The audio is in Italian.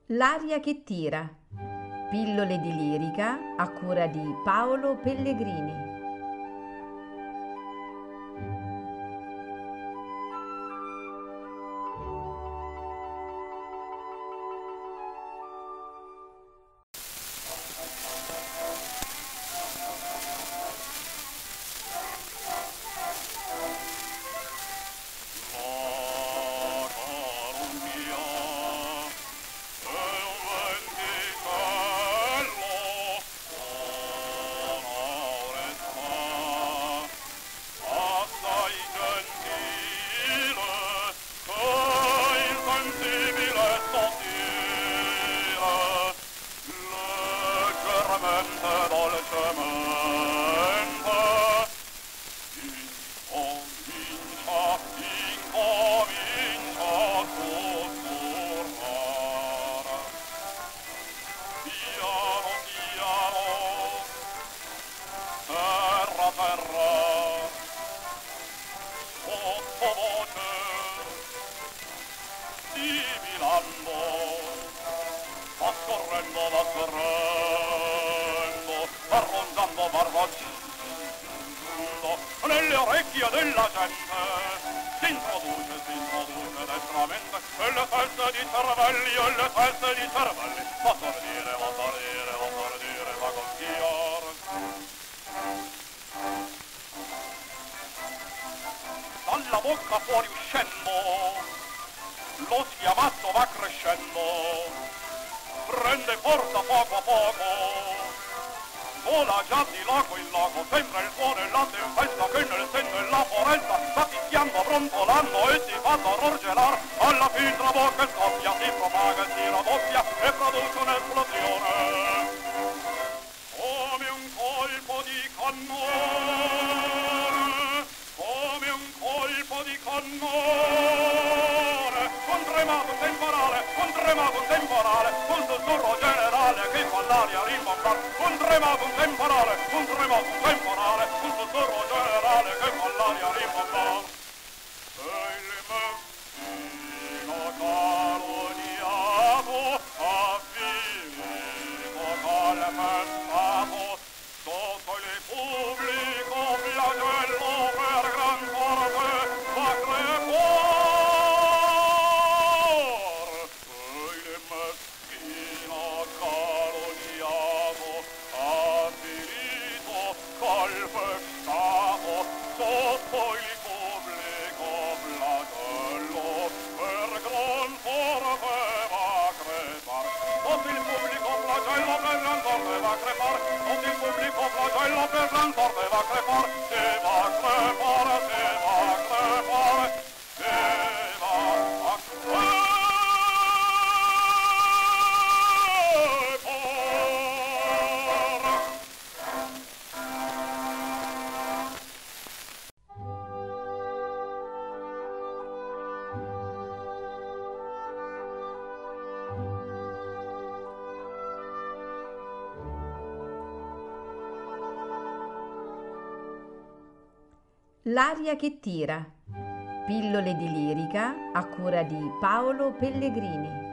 L'aria che tira. Pillole di lirica a cura di Paolo Pellegrini. Arrondando barbacino nelle orecchie della gente si introduce destramente e le teste di cervelli fa tordire, fa gonfiare. Dalla bocca fuori uscendo lo schiamazzo va crescendo, prende forza poco a poco, vola già di lago in lago, sembra il suono e la tempesta che nel senno e la foresta sta picchiando, brontolando e si fa sorgelar, alla fin tra bocca e scoppia, si propaga e si raddoppia e produce un'esplosione come un colpo di cannone, come un colpo di cannone, un tremato temporale, un sussurro generale che fa l'aria rimbombar, un tremato temporale, un sussurro generale che fa l'aria rimbombar. E il mattino calunniato ha finito calpestato sotto il pubblico flagello per gran forte fa crepar. E il mattino calunniato ha finito calpestato sotto il pubblico flagello per gran forte va crepar. Sotto il pubblico flagello per gran forte va crepar, sotto il pubblico flagello per gran forte va crepar, se va crepar, se va crepar, se va a crepar. L'aria che tira. Pillole di lirica a cura di Paolo Pellegrini.